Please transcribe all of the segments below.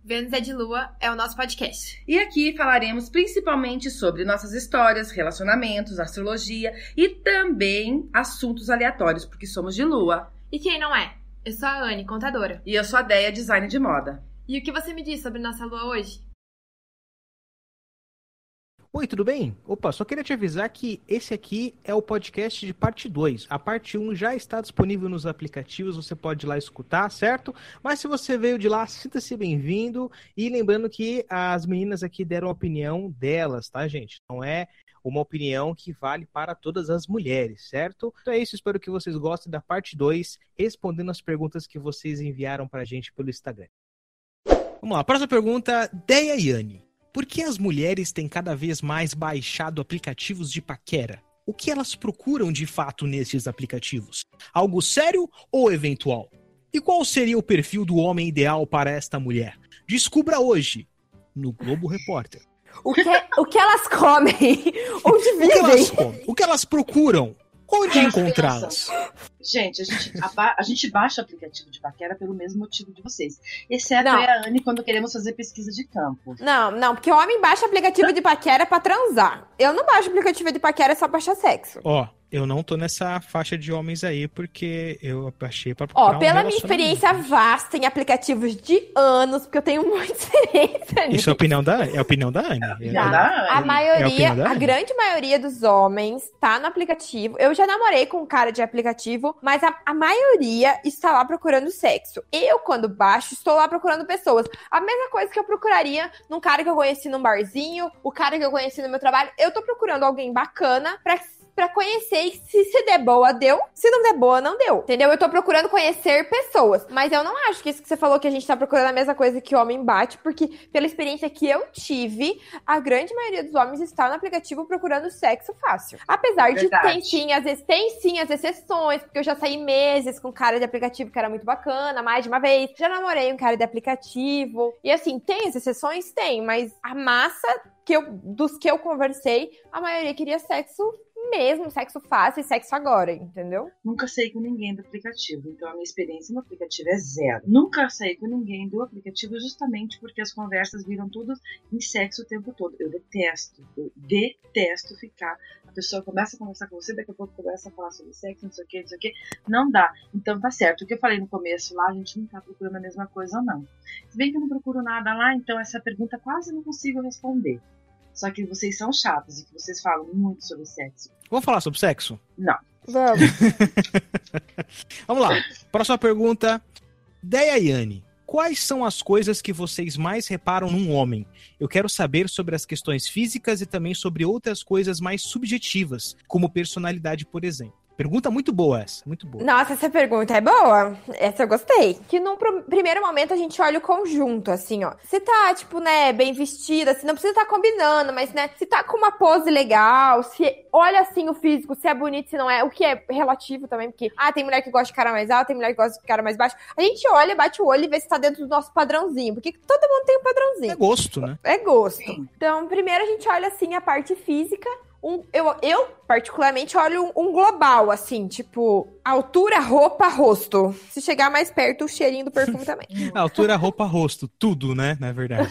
Vênus é de Lua é o nosso podcast. E aqui falaremos principalmente sobre nossas histórias, relacionamentos, astrologia e também assuntos aleatórios, porque somos de Lua. E quem não é? Eu sou a Anne, contadora. E eu sou a Deia, design de moda. E o que você me diz sobre nossa Lua hoje? Oi, tudo bem? Opa, só queria te avisar que esse aqui é o podcast de parte 2. A parte 1 já está disponível nos aplicativos, você pode ir lá escutar, certo? Mas se você veio de lá, sinta-se bem-vindo. E lembrando que as meninas aqui deram a opinião delas, tá, gente? Não é uma opinião que vale para todas as mulheres, certo? Então é isso, espero que vocês gostem da parte 2, respondendo as perguntas que vocês enviaram pra gente pelo Instagram. Vamos lá, próxima pergunta, Deia e Anne. Por que as mulheres têm cada vez mais baixado aplicativos de paquera? O que elas procuram de fato nesses aplicativos? Algo sério ou eventual? E qual seria o perfil do homem ideal para esta mulher? Descubra hoje, no Globo Repórter. O que elas comem? Onde vivem? O que elas comem? O que elas procuram? Onde encontrá-las? Gente, a gente baixa o aplicativo de paquera pelo mesmo motivo de vocês. Exceto eu e a Anne quando queremos fazer pesquisa de campo. Não, porque o homem baixa aplicativo de paquera pra transar. Eu não baixo aplicativo de paquera só pra achar sexo. Ó, eu não tô nessa faixa de homens aí, porque eu baixei pra procurar pela minha experiência vasta em aplicativos de anos, porque eu tenho muita experiência nisso. Isso é a opinião da Anne. A grande maioria dos homens tá no aplicativo. Eu já namorei com um cara de aplicativo, mas a maioria está lá procurando sexo. Eu, quando baixo, estou lá procurando pessoas. A mesma coisa que eu procuraria num cara que eu conheci num barzinho, o cara que eu conheci no meu trabalho. Eu tô procurando alguém bacana pra conhecer, e se der boa, deu. Se não der boa, não deu. Entendeu? Eu tô procurando conhecer pessoas. Mas eu não acho que isso que você falou, que a gente tá procurando a mesma coisa que o homem bate, porque pela experiência que eu tive, a grande maioria dos homens está no aplicativo procurando sexo fácil. Apesar de tem sim as exceções, porque eu já saí meses com um cara de aplicativo que era muito bacana, mais de uma vez. Já namorei um cara de aplicativo. E assim, tem as exceções? Tem, mas a massa dos que eu conversei, a maioria queria sexo mesmo, sexo fácil e sexo agora, entendeu? Nunca saí com ninguém do aplicativo, então a minha experiência no aplicativo é zero. Nunca saí com ninguém do aplicativo justamente porque as conversas viram tudo em sexo o tempo todo. Eu detesto ficar. A pessoa começa a conversar com você, daqui a pouco começa a falar sobre sexo, não sei o que. Não dá. Então tá certo. O que eu falei no começo lá, a gente não tá procurando a mesma coisa, não. Se bem que eu não procuro nada lá, então essa pergunta quase não consigo responder. Só que vocês são chatos e que vocês falam muito sobre sexo. Vamos falar sobre sexo? Não. Vamos. Vamos lá. Próxima pergunta. Deia e Anne, quais são as coisas que vocês mais reparam num homem? Eu quero saber sobre as questões físicas e também sobre outras coisas mais subjetivas, como personalidade, por exemplo. Pergunta muito boa essa, muito boa. Nossa, essa pergunta é boa. Essa eu gostei. Que num primeiro momento a gente olha o conjunto, assim, ó. Se tá, tipo, né, bem vestida, assim, não precisa estar combinando, mas, né, se tá com uma pose legal, se olha, assim, o físico, se é bonito, se não é, o que é relativo também, porque, tem mulher que gosta de cara mais alto, tem mulher que gosta de cara mais baixo. A gente olha, bate o olho e vê se tá dentro do nosso padrãozinho, porque todo mundo tem um padrãozinho. É gosto, né? É gosto. Então, primeiro a gente olha, assim, a parte física. Eu, particularmente, olho um global, assim, tipo, altura, roupa, rosto. Se chegar mais perto, o cheirinho do perfume também. Altura, roupa, rosto. Tudo, né? Na verdade.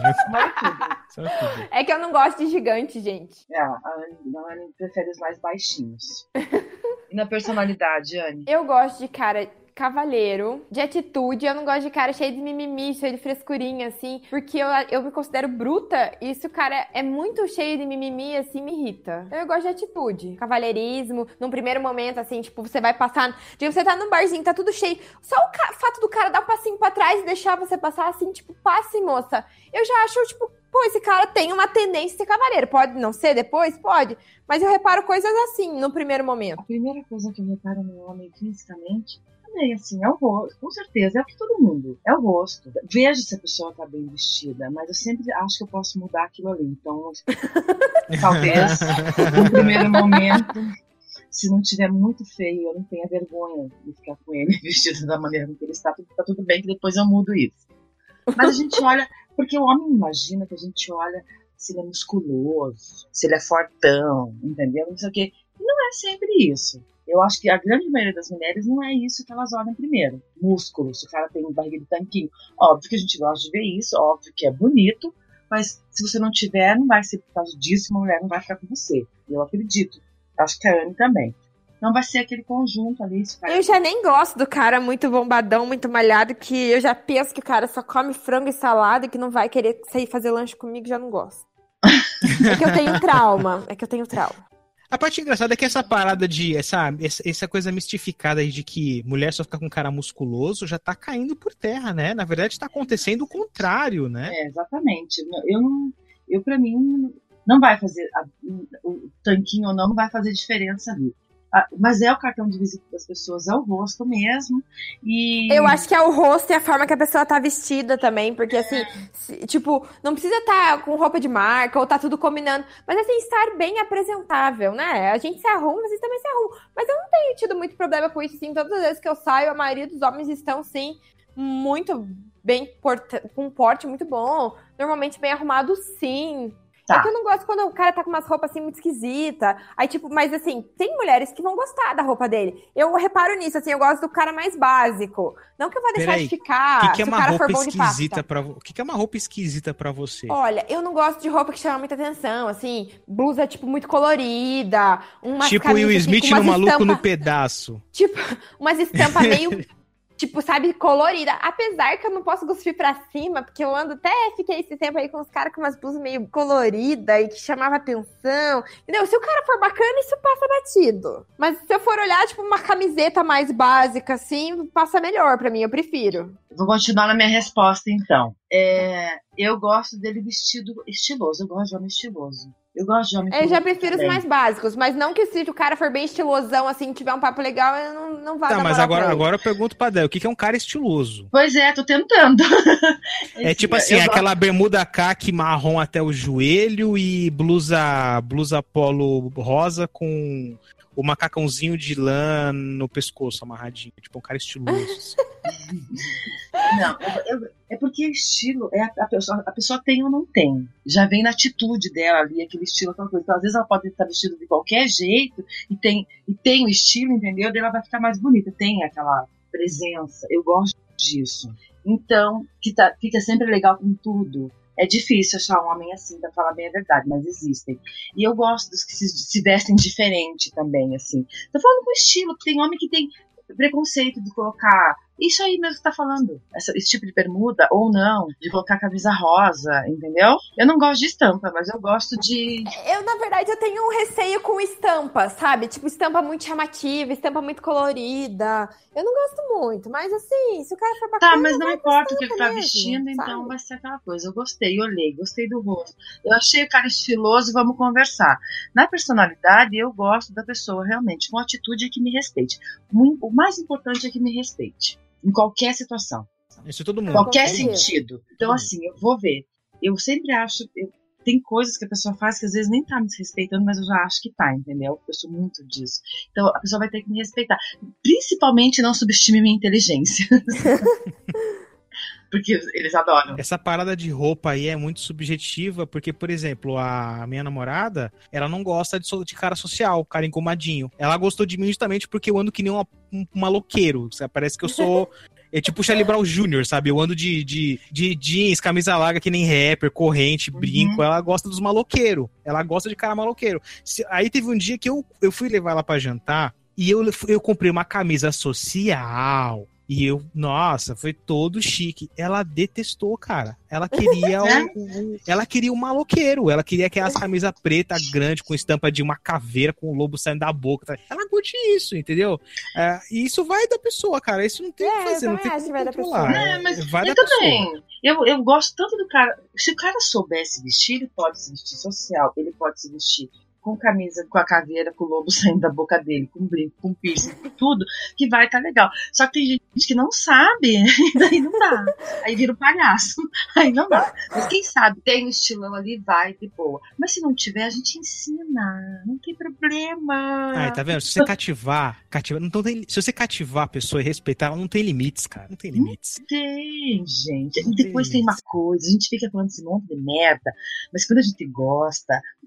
É que eu não gosto de gigante, gente. A Anne prefere os mais baixinhos. E na personalidade, Anne? Eu gosto de cara cavalheiro, de atitude. Eu não gosto de cara cheio de mimimi, cheio de frescurinha, assim, porque eu me considero bruta e se o cara é muito cheio de mimimi, assim, me irrita. Eu gosto de atitude, cavalheirismo. Num primeiro momento, assim, tipo, você vai passar, tipo, você tá num barzinho, tá tudo cheio, só o fato do cara dar um passinho pra trás e deixar você passar, assim, tipo, passe, moça. Eu já acho, tipo, pô, esse cara tem uma tendência a ser cavaleiro. Pode não ser depois? Pode. Mas eu reparo coisas assim, no primeiro momento. A primeira coisa que eu reparo no homem fisicamente também, assim, é o rosto. Com certeza, é o que todo mundo. É o rosto. Vejo se a pessoa tá bem vestida, mas eu sempre acho que eu posso mudar aquilo ali. Então, talvez, no primeiro momento, se não tiver muito feio, eu não tenha vergonha de ficar com ele vestido da maneira que ele está. Tá tudo bem que depois eu mudo isso. Mas a gente olha, porque o homem imagina que a gente olha se ele é musculoso, se ele é fortão, entendeu? Não sei o quê. Não é sempre isso. Eu acho que a grande maioria das mulheres não é isso que elas olham primeiro. Músculo, se o cara tem barriga de tanquinho. Óbvio que a gente gosta de ver isso, óbvio que é bonito, mas se você não tiver, não vai ser por causa disso que uma mulher não vai ficar com você. Eu acredito. Acho que a Anne também. Não vai ser aquele conjunto ali. Eu já nem gosto do cara muito bombadão, muito malhado, que eu já penso que o cara só come frango e salada e que não vai querer sair fazer lanche comigo, já não gosto. É que eu tenho trauma. A parte engraçada é que essa parada de... Essa coisa mistificada aí de que mulher só fica com cara musculoso já tá caindo por terra, né? Na verdade tá acontecendo o contrário, né? Exatamente. Eu pra mim, não vai fazer... O tanquinho ou não vai fazer diferença ali. Mas é o cartão de visita das pessoas, é o rosto mesmo. E... Eu acho que é o rosto e a forma que a pessoa tá vestida também, porque assim, tipo, não precisa estar com roupa de marca ou tá tudo combinando, mas assim, estar bem apresentável, né? A gente se arruma, vocês também se arrumam. Mas eu não tenho tido muito problema com isso, assim, todas as vezes que eu saio, a maioria dos homens estão, sim, muito bem, com um porte muito bom, normalmente bem arrumado, sim. Tá. É que eu não gosto quando o cara tá com umas roupas assim muito esquisitas. Aí, tipo, mas assim, tem mulheres que vão gostar da roupa dele. Eu reparo nisso, assim, eu gosto do cara mais básico. Não que eu vou deixar de ficar se o cara for bom de pasta. O que é uma roupa esquisita pra você? Olha, eu não gosto de roupa que chama muita atenção, assim, blusa, tipo, muito colorida. Tipo Will Smith no Maluco no Pedaço. Tipo, umas estampas meio... Tipo, sabe, colorida. Apesar que eu não posso cuspir pra cima, porque eu fiquei esse tempo aí com os caras com umas blusas meio coloridas e que chamava atenção. Entendeu? Se o cara for bacana, isso passa batido. Mas se eu for olhar, tipo, uma camiseta mais básica, assim, passa melhor pra mim, eu prefiro. Vou continuar na minha resposta, então. Eu gosto dele vestido estiloso, eu gosto de homem estiloso. Eu gosto de homem Eu já prefiro os mais básicos, mas não que se o cara for bem estilosão, assim, tiver um papo legal, eu não vá dar mas agora eu pergunto pra Del, o que é um cara estiloso? Pois é, tô tentando. É tipo assim, aquela bermuda caque marrom até o joelho e blusa polo rosa com o macacãozinho de lã no pescoço amarradinho, tipo um cara estiloso. Assim. Não, é porque estilo, a pessoa tem ou não tem. Já vem na atitude dela ali, aquele estilo, aquela coisa. Então, às vezes ela pode estar vestida de qualquer jeito e tem o estilo, entendeu? Daí ela vai ficar mais bonita, tem aquela presença. Eu gosto disso. Então, fica sempre legal com tudo. É difícil achar um homem assim, pra falar bem a verdade, mas existem. E eu gosto dos que se vestem diferente também, assim. Tô falando com estilo, porque tem homem que tem preconceito de colocar isso aí mesmo que tá falando, esse tipo de bermuda, ou não, de colocar camisa rosa, entendeu? Eu não gosto de estampa, mas eu gosto de... Na verdade, eu tenho um receio com estampa, sabe? Tipo, estampa muito chamativa, estampa muito colorida. Eu não gosto muito, mas assim, se o cara for bacana... Tá, mas não importa o que ele tá mesmo, vestindo, sabe? então vai ser aquela coisa. Eu gostei, olhei, gostei do rosto. Eu achei o cara estiloso, vamos conversar. Na personalidade, eu gosto da pessoa realmente, com atitude que me respeite. O mais importante é que me respeite. Em qualquer situação. Isso é todo mundo. Qualquer sentido. Então, assim, eu vou ver. Eu sempre acho... Tem coisas que a pessoa faz que às vezes nem tá me respeitando, mas eu já acho que tá, entendeu? Eu sou muito disso. Então, a pessoa vai ter que me respeitar. Principalmente não subestime minha inteligência. Porque eles adoram. Essa parada de roupa aí é muito subjetiva, porque, por exemplo, a minha namorada, ela não gosta de cara social, cara engomadinho. Ela gostou de mim justamente porque eu ando que nem um maloqueiro. Parece que eu sou... É tipo o Charlie Brown Jr., sabe? Eu ando de jeans, camisa larga que nem rapper, corrente, brinco. Ela gosta dos maloqueiros. Ela gosta de cara maloqueiro. Aí teve um dia que eu fui levar ela pra jantar e eu comprei uma camisa social. E nossa, foi todo chique. Ela detestou, cara. Ela queria ela queria um maloqueiro. Ela queria aquelas camisas preta grande com estampa de uma caveira com o lobo saindo da boca. Ela curte isso, entendeu? E isso vai da pessoa, cara. Isso não tem o que fazer, não tem como controlar. Mas vai eu da também. pessoa. Eu gosto tanto do cara. Se o cara soubesse vestir, ele pode se vestir social. Ele pode se vestir com camisa, com a caveira, com o lobo saindo da boca dele, com brinco, com piercing, com tudo, que vai estar legal. Só que tem gente que não sabe, e daí não dá. Aí vira um palhaço, aí não dá. Mas quem sabe, tem um estilão ali, vai de boa. Mas se não tiver, a gente ensina, não tem problema. Ai, tá vendo? Se você cativar, não tem, se você cativar a pessoa e respeitar, ela não tem limites, cara. Não tem limites. Não tem, gente. E depois tem uma coisa, a gente fica falando esse monte de merda, mas quando a gente gosta,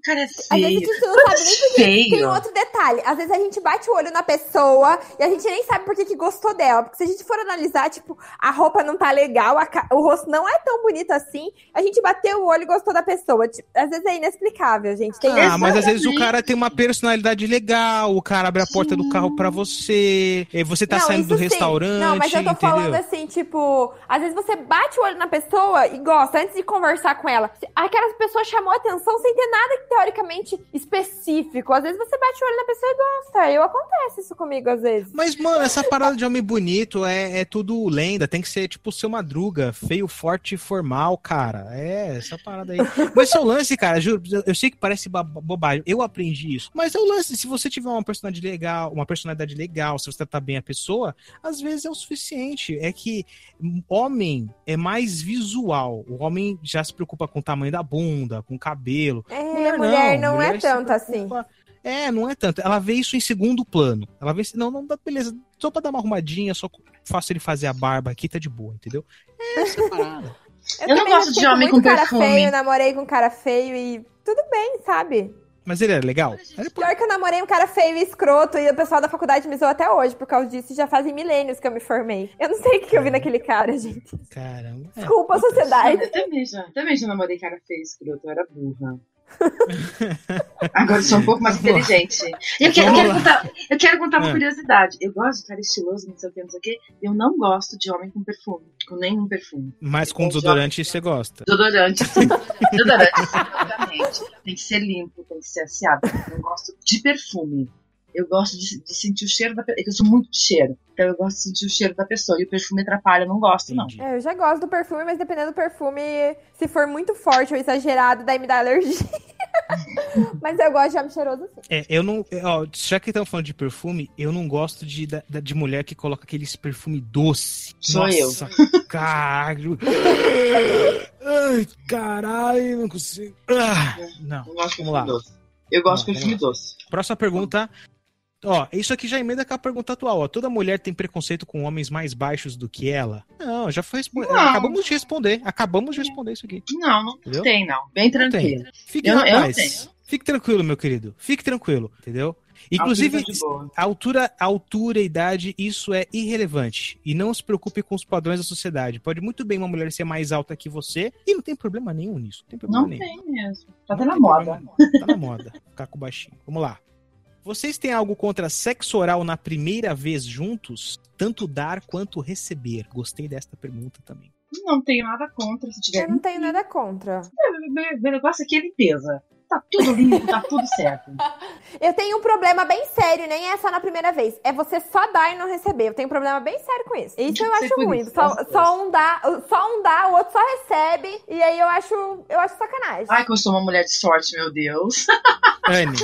Cara, é Às vezes a feio. gente não sabe nem por quê. Tem Feio. outro detalhe. Às vezes a gente bate o olho na pessoa e a gente nem sabe por que gostou dela. Porque se a gente for analisar, tipo, a roupa não tá legal, o rosto não é tão bonito assim, a gente bateu o olho e gostou da pessoa. Tipo, às vezes é inexplicável, gente. Tem Mas às vezes o cara tem uma personalidade legal, o cara abre a porta do carro pra você, você tá saindo do restaurante, não, mas eu tô entendeu? falando assim, tipo, às vezes você bate o olho na pessoa e gosta, antes de conversar com ela. Aquela pessoa chamou a atenção sem ter nada que, teoricamente específico. Às vezes você bate o olho na pessoa e gosta. Acontece isso comigo às vezes. Mas, mano, essa parada de homem bonito é tudo lenda. Tem que ser tipo o Seu Madruga, feio, forte e formal, cara. É, essa parada aí. Mas esse é o lance, cara. Juro, eu sei que parece bobagem. Eu aprendi isso. Mas é o lance. Se você tiver uma personalidade legal, se você tratar bem a pessoa, às vezes é o suficiente. É que homem é mais visual. O homem já se preocupa com o tamanho da bunda, com o cabelo. Mulher não é tanto assim. Não é tanto. Ela vê isso em segundo plano. Ela vê, não dá, beleza. Só pra dar uma arrumadinha, só faço ele fazer a barba aqui, tá de boa, entendeu? Essa parada. Eu não gosto de homem com perfume. Feio, eu namorei com um cara feio e tudo bem, sabe? Mas ele era legal? Pior que eu namorei um cara feio e escroto e o pessoal da faculdade me zoou até hoje por causa disso. Já fazem milênios que eu me formei. Eu não sei o que eu vi naquele cara, gente. Caramba. Desculpa a sociedade. Eu também já namorei cara feio e escroto. Eu era burra. Agora eu sou um pouco mais inteligente. Eu quero contar uma curiosidade. Eu gosto de cara estiloso, não sei o que. Eu não gosto de homem com perfume. Com nenhum perfume. Mas com desodorante você gosta? Desodorante, sim. Desodorante, tem que ser limpo, tem que ser aseado. Eu não gosto de perfume. Eu gosto de sentir o cheiro da pessoa. Eu sou muito de cheiro. Então eu gosto de sentir o cheiro da pessoa. E o perfume atrapalha, eu não gosto, não. Eu já gosto do perfume, mas dependendo do perfume, se for muito forte ou exagerado, daí me dá alergia. Mas eu gosto de homem cheiroso, sim. Eu não. Já que estamos falando de perfume, eu não gosto de mulher que coloca aqueles perfume doce. Sou Nossa, eu. Caralho. Ai, caralho, não consigo. Não, vamos lá. Doce. Eu gosto de perfume doce. Próxima pergunta. Isso aqui já emenda com a pergunta atual. Toda mulher tem preconceito com homens mais baixos do que ela? Não, já foi respondido. Acabamos de responder isso aqui. Não tem, não. Bem tranquilo. Fique na paz. Fique tranquilo, meu querido. Fique tranquilo, entendeu? Inclusive, altura e idade, isso é irrelevante. E não se preocupe com os padrões da sociedade. Pode muito bem uma mulher ser mais alta que você e não tem problema nenhum nisso. Não tem mesmo. Tá na moda. Tá na moda. Ficar com o baixinho. Vamos lá. Vocês têm algo contra sexo oral na primeira vez juntos? Tanto dar quanto receber? Gostei desta pergunta também. Não tenho nada contra. Se tiver eu não tenho nada contra. Meu negócio aqui é limpeza. Tá tudo limpo, tá tudo certo. Eu tenho um problema bem sério, nem é só na primeira vez. É você só dar e não receber. Eu tenho um problema bem sério com isso. Isso eu acho ruim. Só um dá, o outro só recebe. E aí eu acho sacanagem. Ai, que eu sou uma mulher de sorte, meu Deus. Anne,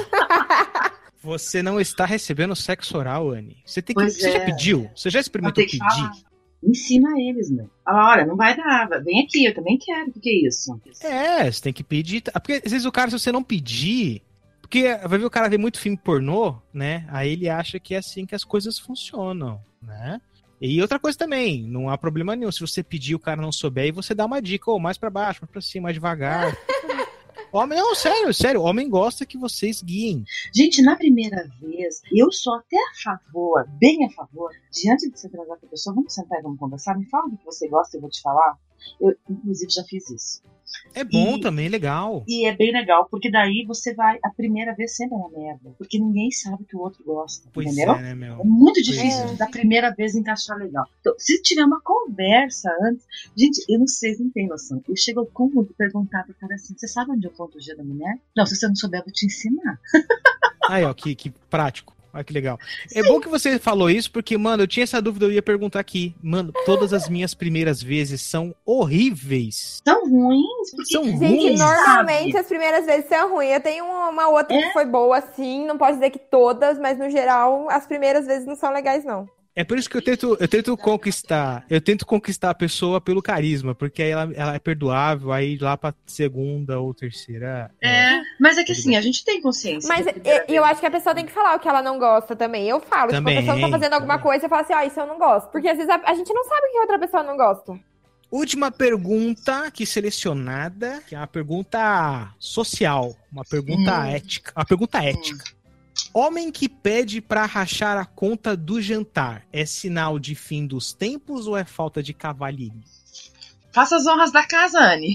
você não está recebendo sexo oral, Anne. Você já pediu? Você já experimentou pedir? Ensina eles, né? Olha, não vai dar. Vem aqui, eu também quero. O que é isso? Você tem que pedir. Porque às vezes o cara, se você não pedir... Porque vai ver o cara ver muito filme pornô, né? Aí ele acha que é assim que as coisas funcionam, né? E outra coisa também, não há problema nenhum. Se você pedir e o cara não souber, aí você dá uma dica, mais pra baixo, mais pra cima, mais devagar. Homem, não, sério, homem gosta que vocês guiem. Gente, na primeira vez, eu sou até bem a favor, diante de você transar com a pessoa, vamos sentar e vamos conversar, me fala do que você gosta, eu vou te falar. Eu, inclusive, já fiz isso. É bom também, legal. E é bem legal, porque daí você vai, a primeira vez sempre é uma merda, porque ninguém sabe que o outro gosta, entendeu? É, né, meu? É muito difícil da primeira vez encaixar legal. Então, se tiver uma conversa antes, gente, eu não sei, não tem noção. Eu chego ao cúmulo de perguntar pro cara assim, você sabe onde eu conto o dia da mulher? Não, se você não souber, eu vou te ensinar. Aí, ó, que prático. Olha que legal. Sim. É bom que você falou isso, porque, mano, eu tinha essa dúvida, eu ia perguntar aqui. Mano, todas as minhas primeiras vezes são horríveis. São ruins? São ruins. Gente, normalmente as primeiras vezes são ruins. Eu tenho uma outra que foi boa, assim. Não posso dizer que todas, mas no geral, as primeiras vezes não são legais, não. É por isso que eu tento conquistar a pessoa pelo carisma, porque aí ela é perdoável, aí lá pra segunda ou terceira... Mas é que assim, a gente tem consciência. Mas eu acho que a pessoa tem que falar o que ela não gosta também. Eu falo, também, tipo, a pessoa tá fazendo alguma coisa, eu falo assim, isso eu não gosto. Porque às vezes a gente não sabe o que a outra pessoa não gosta. Última pergunta aqui selecionada, que é uma pergunta social, uma pergunta ética. Uma pergunta ética. Homem que pede pra rachar a conta do jantar é sinal de fim dos tempos ou é falta de cavalheirismo? Faça as honras da casa, Anne.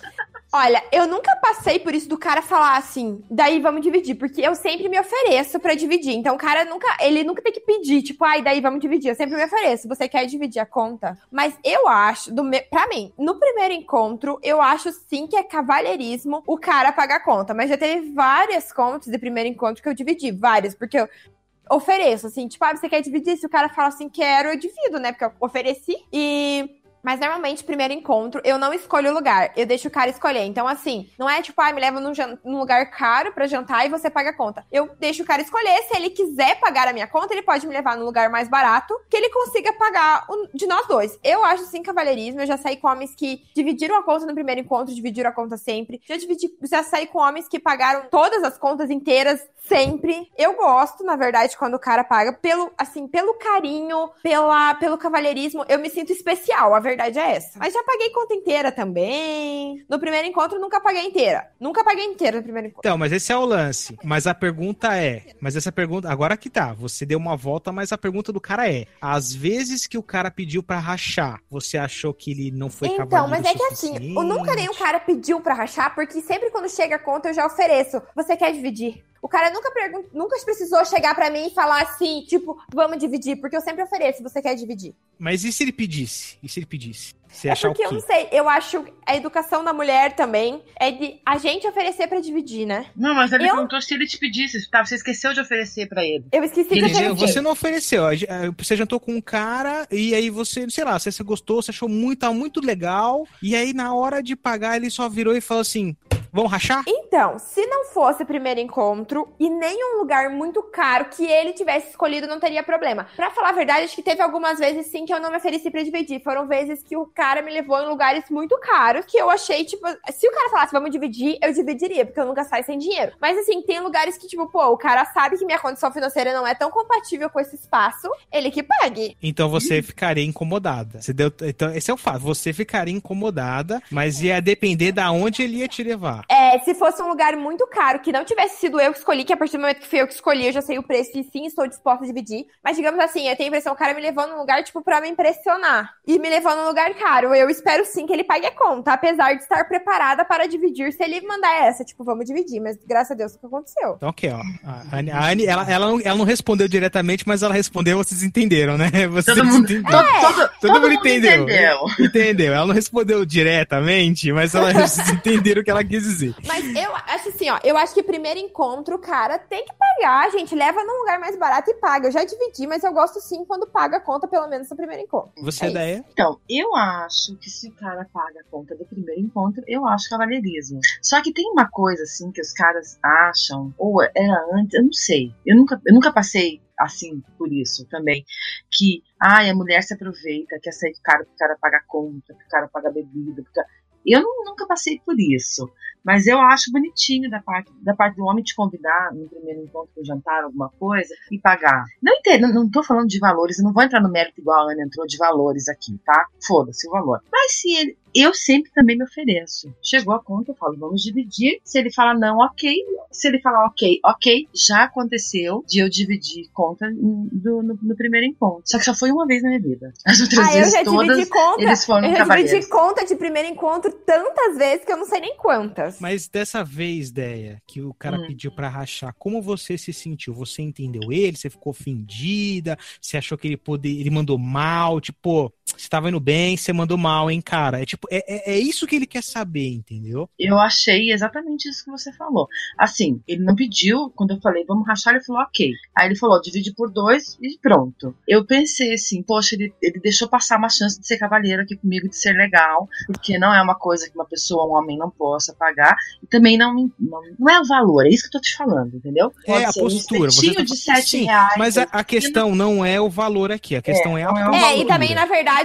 Olha, eu nunca passei por isso do cara falar assim, daí vamos dividir, porque eu sempre me ofereço pra dividir. Então o cara nunca tem que pedir, tipo, daí vamos dividir. Eu sempre me ofereço, você quer dividir a conta? Mas eu acho, pra mim, no primeiro encontro, eu acho sim que é cavalheirismo o cara pagar a conta. Mas já teve várias contas de primeiro encontro que eu dividi, várias, porque eu ofereço, assim, tipo, você quer dividir? Se o cara fala assim, quero, eu divido, né? Porque eu ofereci Mas normalmente, primeiro encontro, eu não escolho o lugar. Eu deixo o cara escolher. Então, assim, não é tipo, me leva num lugar caro pra jantar e você paga a conta. Eu deixo o cara escolher. Se ele quiser pagar a minha conta, ele pode me levar num lugar mais barato, que ele consiga pagar de nós dois. Eu acho, sim, cavalheirismo. Eu já saí com homens que dividiram a conta no primeiro encontro, dividiram a conta sempre. Já saí com homens que pagaram todas as contas inteiras sempre. Eu gosto, na verdade, quando o cara paga pelo carinho, pelo cavalheirismo. Eu me sinto especial, a verdade é essa. Mas já paguei conta inteira também. No primeiro encontro, nunca paguei inteira. Nunca paguei inteira no primeiro encontro. Então, mas esse é o lance. Mas a pergunta é... Mas essa pergunta... Agora que tá. Você deu uma volta, mas a pergunta do cara é... Às vezes que o cara pediu pra rachar, você achou que ele não foi cavalheiro Então, mas é que assim, nunca nem o cara pediu pra rachar, porque sempre quando chega a conta, eu já ofereço. Você quer dividir? O cara nunca precisou chegar pra mim e falar assim, tipo, vamos dividir, porque eu sempre ofereço, você quer dividir. Mas e se ele pedisse? Você É porque eu não sei, eu acho a educação da mulher também é de a gente oferecer pra dividir, né? Não, mas ele perguntou se ele te pedisse, você esqueceu de oferecer pra ele. Eu esqueci de oferecer. Você não ofereceu, você jantou com um cara e aí você, sei lá, você gostou, você achou muito legal e aí na hora de pagar ele só virou e falou assim... Vamos rachar? Então, se não fosse primeiro encontro e nem um lugar muito caro que ele tivesse escolhido, não teria problema. Pra falar a verdade, acho que teve algumas vezes sim que eu não me ofereci pra dividir. Foram vezes que o cara me levou em lugares muito caros que eu achei, tipo, se o cara falasse vamos dividir, eu dividiria, porque eu nunca saio sem dinheiro. Mas assim, tem lugares que, tipo, o cara sabe que minha condição financeira não é tão compatível com esse espaço, ele que pague. Então você ficaria incomodada. Então, esse é o fato. Você ficaria incomodada, mas ia depender da onde ele ia te levar. Se fosse um lugar muito caro, que não tivesse sido eu que escolhi, que a partir do momento que fui eu que escolhi, eu já sei o preço e sim, estou disposta a dividir. Mas digamos assim, eu tenho a impressão, o cara me levou num lugar, tipo, pra me impressionar. E me levou num lugar caro. Eu espero sim que ele pague a conta, apesar de estar preparada para dividir, se ele mandar essa, tipo, vamos dividir. Mas graças a Deus, o que aconteceu. Então, ok, ó. A Anne, ela não respondeu diretamente, mas ela respondeu, vocês entenderam, né? Todo mundo entendeu. Entendeu. Ela não respondeu diretamente, mas vocês entenderam o que ela quis dizer. Mas eu acho assim, ó, eu acho que primeiro encontro, o cara tem que pagar, gente, leva num lugar mais barato e paga. Eu já dividi, mas eu gosto sim quando paga a conta, pelo menos no primeiro encontro. Você daí? Então, eu acho que se o cara paga a conta do primeiro encontro, eu acho cavalheirismo. Só que tem uma coisa, assim, que os caras acham, ou era antes, eu não sei. Eu nunca passei assim, por isso também, que, a mulher se aproveita, quer sair do cara pro cara pagar conta, pro cara pagar bebida, eu nunca passei por isso, mas eu acho bonitinho da parte do homem te convidar no primeiro encontro para jantar alguma coisa e pagar. Não tô falando de valores, eu não vou entrar no mérito igual a Ana entrou de valores aqui, tá? Foda-se o valor. Mas se eu sempre também me ofereço. Chegou a conta, eu falo, vamos dividir. Se ele falar não, ok. Se ele falar ok. Já aconteceu de eu dividir conta no primeiro encontro. Só que só foi uma vez na minha vida. As outras vezes todas, eles foram cavalheiros. Eu já dividi conta de primeiro encontro tantas vezes que eu não sei nem quantas. Mas dessa vez, Deia, que o cara pediu pra rachar, como você se sentiu? Você entendeu ele? Você ficou ofendida? Você achou que ele mandou mal? Tipo, você tava indo bem, você mandou mal, hein, cara? É isso que ele quer saber, entendeu? Eu achei exatamente isso que você falou. Assim, ele não pediu, quando eu falei, vamos rachar, ele falou, ok. Aí ele falou, divide por 2 e pronto. Eu pensei assim, poxa, ele deixou passar uma chance de ser cavalheiro aqui comigo, de ser legal, porque não é uma coisa que uma pessoa, um homem, não possa pagar, e também não é o valor, é isso que eu tô te falando, entendeu? Pode a postura. De R$7, mas a questão não é o valor aqui, a questão é a postura. E também, na verdade,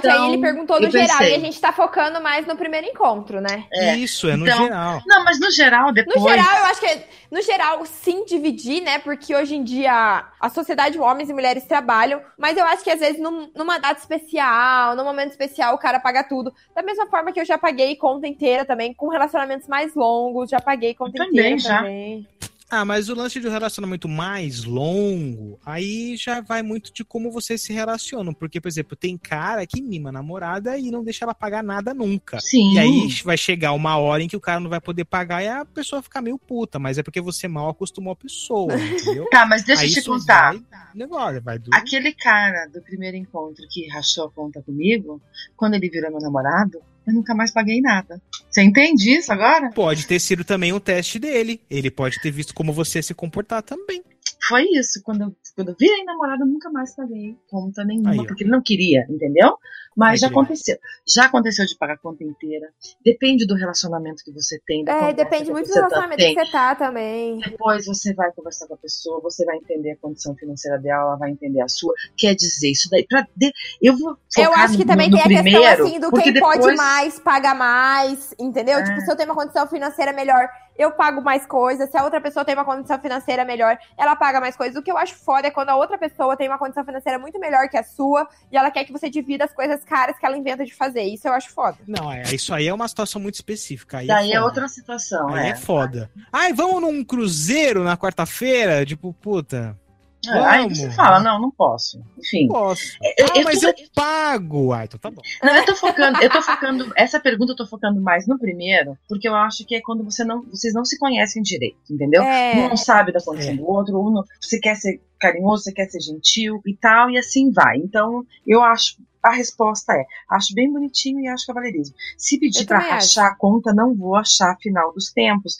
Aí ele perguntou no eu geral pensei. e a gente tá focando mais no primeiro encontro, né? Isso, é no Então, geral. Não, mas no geral, depois... No geral, eu acho que no geral, sim, dividir, né? Porque hoje em dia a sociedade, homens e mulheres trabalham, mas eu acho que às vezes numa data especial, num momento especial, o cara paga tudo. Da mesma forma que eu já paguei conta inteira também, com relacionamentos mais longos, já paguei conta inteira também. Ah, mas o lance de um relacionamento mais longo, aí já vai muito de como vocês se relacionam. Porque, por exemplo, tem cara que mima a namorada e não deixa ela pagar nada nunca. Sim. E aí vai chegar uma hora em que o cara não vai poder pagar e a pessoa fica meio puta. Mas é porque você mal acostumou a pessoa, entendeu? Tá, mas deixa aí eu te isso contar. Vai do... Aquele cara do primeiro encontro que rachou a conta comigo, quando ele virou meu namorado, eu nunca mais paguei nada. Você entende isso agora? Pode ter sido também um teste dele. Ele pode ter visto como você se comportar também. Foi isso. Quando eu virei namorado, eu nunca mais paguei conta nenhuma, Aí, porque ele não queria, entendeu? Mas Aí já que vai. aconteceu. Já aconteceu de pagar a conta inteira. Depende do relacionamento que você tem, da conversa Depende que muito do você relacionamento tem. que você tá também. Depois você vai conversar com a pessoa, você vai entender a condição financeira dela, ela vai entender a sua. Quer dizer, isso daí eu vou focar Eu acho que também no tem a primeiro, questão assim do quem depois... pode mais, paga mais, entendeu? Tipo, se eu tenho uma condição financeira melhor, eu pago mais coisas. Se a outra pessoa tem uma condição financeira melhor, ela paga mais coisas. O que eu acho foda é quando a outra pessoa tem uma condição financeira muito melhor que a sua e ela quer que você divida as coisas caras que ela inventa de fazer. Isso eu acho foda. Não, isso aí é uma situação muito específica. Aí Daí é foda. outra situação. Aí é foda. Ai, vamos num cruzeiro na quarta-feira? Tipo, puta. Aí você fala, não posso. Enfim. Posso. Mas eu pago. Então tá bom. Não, eu tô focando, essa pergunta eu tô focando mais no primeiro, porque eu acho que é quando vocês não se conhecem direito, entendeu? Um não sabe da condição do outro, você quer ser carinhoso, você quer ser gentil e tal, e assim vai. Então, eu acho, a resposta acho bem bonitinho e acho cavalheirismo. Se pedir pra rachar a conta, não vou achar final dos tempos,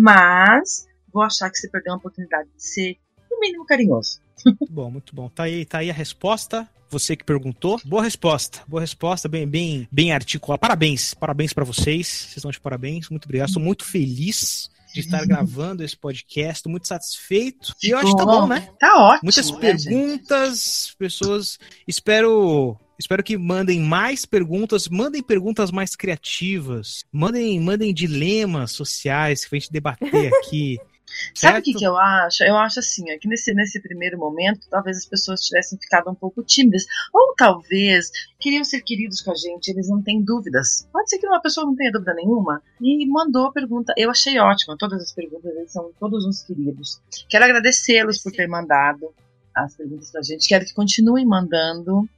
mas vou achar que você perdeu uma oportunidade de ser no mínimo carinhoso. Muito bom. Tá aí a resposta. Você que perguntou. Boa resposta, bem articulada. Parabéns pra vocês. Vocês estão de parabéns. Muito obrigado. Estou muito feliz de estar gravando esse podcast. Estou muito satisfeito. E eu acho que tá bom, né? Tá ótimo. Muitas perguntas, pessoas. Espero que mandem mais perguntas, mandem perguntas mais criativas, mandem dilemas sociais que a gente debater aqui. Sabe o que eu acho? Eu acho assim, que nesse primeiro momento, talvez as pessoas tivessem ficado um pouco tímidas, ou talvez queriam ser queridos com a gente, eles não têm dúvidas. Pode ser que uma pessoa não tenha dúvida nenhuma e mandou a pergunta. Eu achei ótima, todas as perguntas, eles são todos uns queridos. Quero agradecê-los por ter mandado as perguntas pra gente, quero que continuem mandando.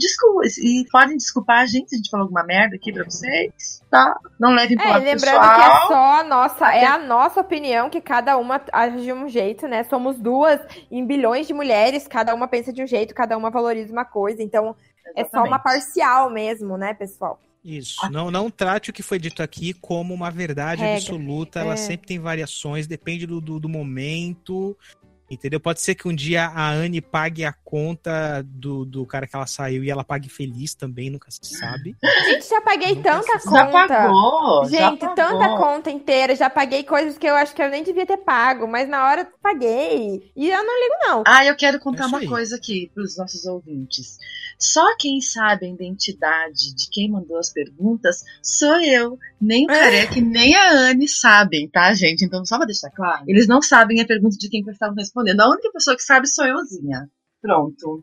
E podem desculpar a gente falou alguma merda aqui pra vocês, tá? Não levem pro lado pessoal. Lembrando que é só a nossa, é a nossa opinião, que cada uma age de um jeito, né? Somos 2 em bilhões de mulheres, cada uma pensa de um jeito, cada uma valoriza uma coisa, então é só uma parcial mesmo, né, pessoal? Isso, não trate o que foi dito aqui como uma verdade absoluta, ela sempre tem variações, depende do momento. Entendeu? Pode ser que um dia a Anne pague a conta do cara que ela saiu e ela pague feliz também, nunca se sabe. Gente, já paguei tanta conta. Já pagou. Gente, tanta conta inteira. Já paguei coisas que eu acho que eu nem devia ter pago, mas na hora eu paguei. E eu não ligo, não. Eu quero contar uma coisa aqui pros nossos ouvintes. Só quem sabe a identidade de quem mandou as perguntas sou eu. Nem o Careca nem a Anne sabem, tá, gente? Então, só pra deixar claro, eles não sabem a pergunta de quem estavam respondendo. A única pessoa que sabe sou euzinha. Pronto.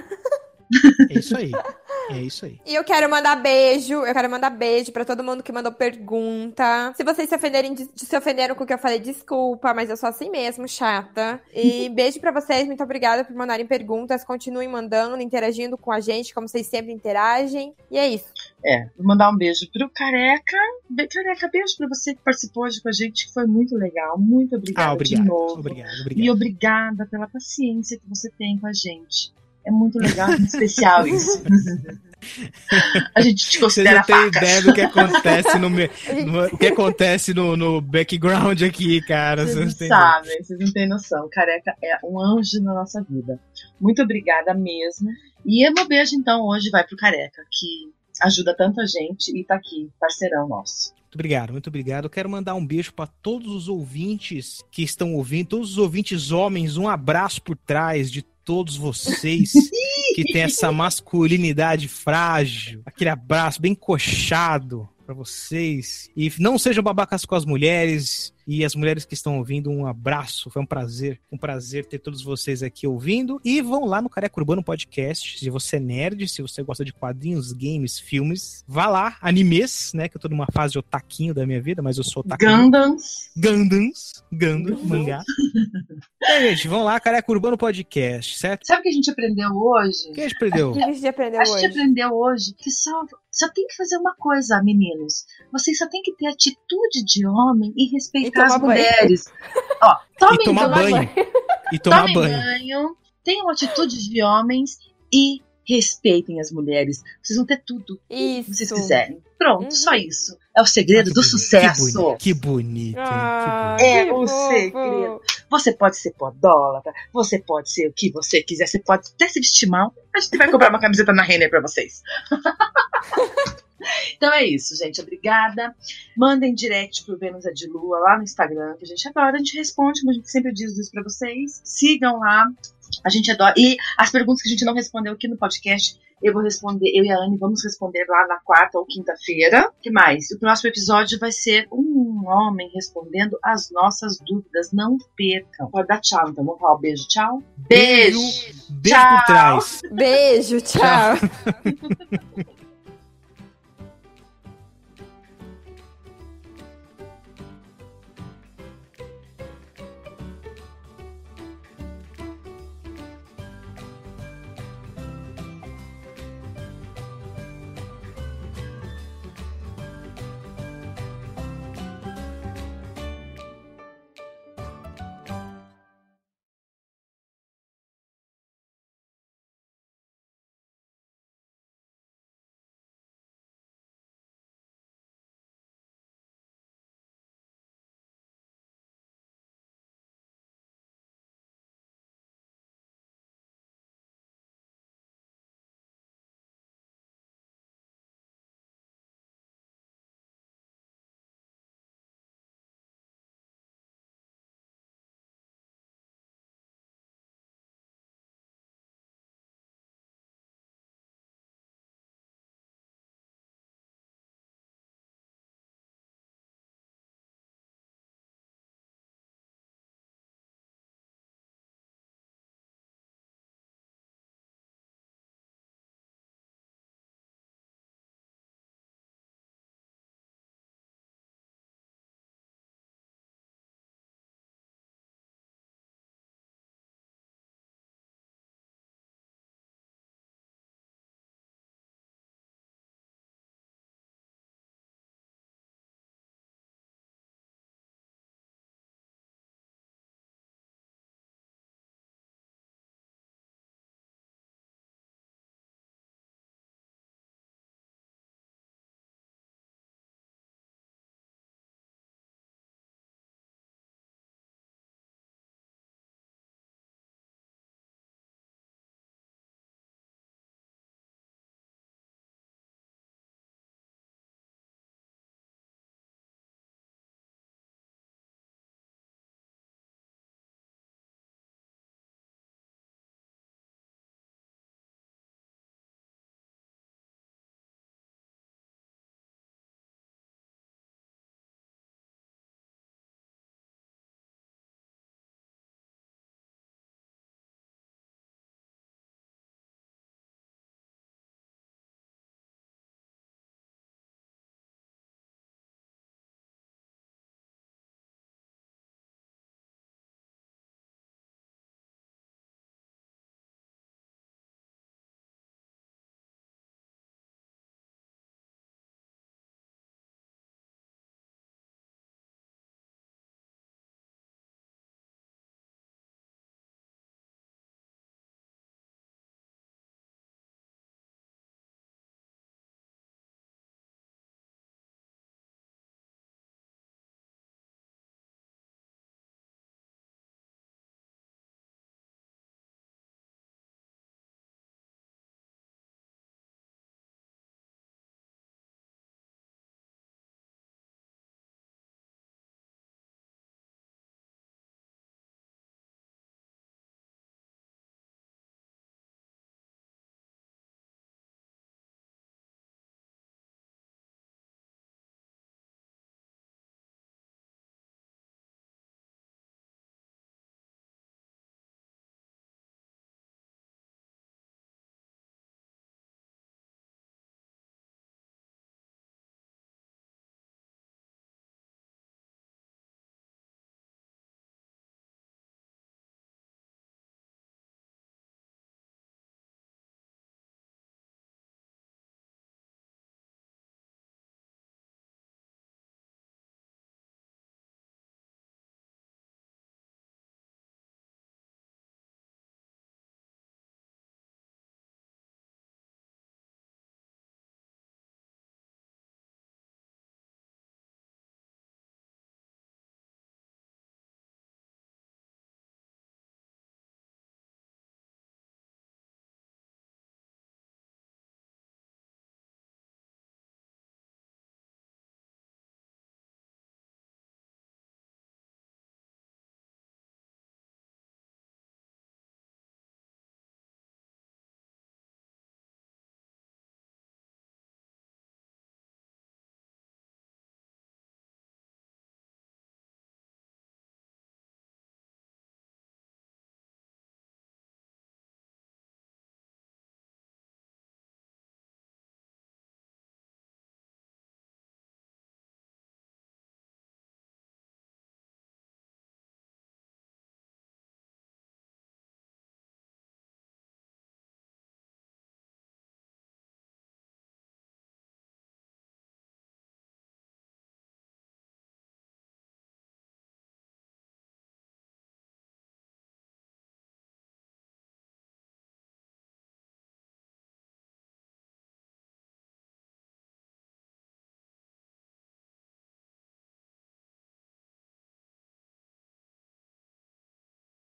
É isso aí. É isso aí. E eu quero mandar beijo pra todo mundo que mandou pergunta. Se vocês se ofenderam com o que eu falei, desculpa, mas eu sou assim mesmo, chata. E beijo pra vocês, muito obrigada por mandarem perguntas. Continuem mandando, interagindo com a gente, como vocês sempre interagem. E é isso. Vou mandar um beijo pro Careca. Careca, beijo pra você que participou hoje com a gente, que foi muito legal. Muito obrigada de novo. Obrigado. E obrigada pela paciência que você tem com a gente. É muito legal, muito especial isso. A gente te considera Vocês não têm ideia do que acontece o que acontece no background aqui, cara. Vocês não sabem, vocês não têm noção. Careca é um anjo na nossa vida. Muito obrigada mesmo. E meu beijo, então, hoje vai pro Careca, que ajuda tanta gente e tá aqui, parceirão nosso. Muito obrigado. Eu quero mandar um beijo para todos os ouvintes que estão ouvindo, todos os ouvintes homens, um abraço por trás de todos vocês que tem essa masculinidade frágil, aquele abraço bem coxado pra vocês. E não sejam babacas com as mulheres. E as mulheres que estão ouvindo, um abraço. Foi um prazer ter todos vocês aqui ouvindo. E vão lá no Careca Urbano Podcast. Se você é nerd, se você gosta de quadrinhos, games, filmes, vá lá. Animes, né? Que eu tô numa fase de otaquinho da minha vida, mas eu sou otaquinho. Gundams, mangá. Gente, vão lá, Careca Urbano Podcast, certo? Sabe o que a gente aprendeu hoje? O que a gente aprendeu? O que a gente aprendeu hoje? A gente aprendeu hoje que só tem que fazer uma coisa, meninos. Vocês só tem que ter atitude de homem e respeitar as mulheres. Ó, tomem banho. E tomar tomem banho. Tenham atitudes de homens e respeitem as mulheres. Vocês vão ter tudo que vocês quiserem. Pronto, só isso. É o segredo do sucesso. Que bonito, hein? É o segredo. Você pode ser podólatra, você pode ser o que você quiser, você pode até se vestir mal. A gente vai comprar uma camiseta na Renner pra vocês. Então é isso, gente. Obrigada. Mandem direct pro Vênus é de Lua lá no Instagram, que a gente adora. A gente responde, como a gente sempre diz isso pra vocês. Sigam lá. A gente adora. E as perguntas que a gente não respondeu aqui no podcast, eu vou responder, eu e a Anne vamos responder lá na quarta ou quinta-feira. O que mais? O próximo episódio vai ser um homem respondendo as nossas dúvidas. Não percam. Pode dar tchau, então. Vamos falar um beijo, tchau? Beijo Tchau. por trás. Beijo, tchau.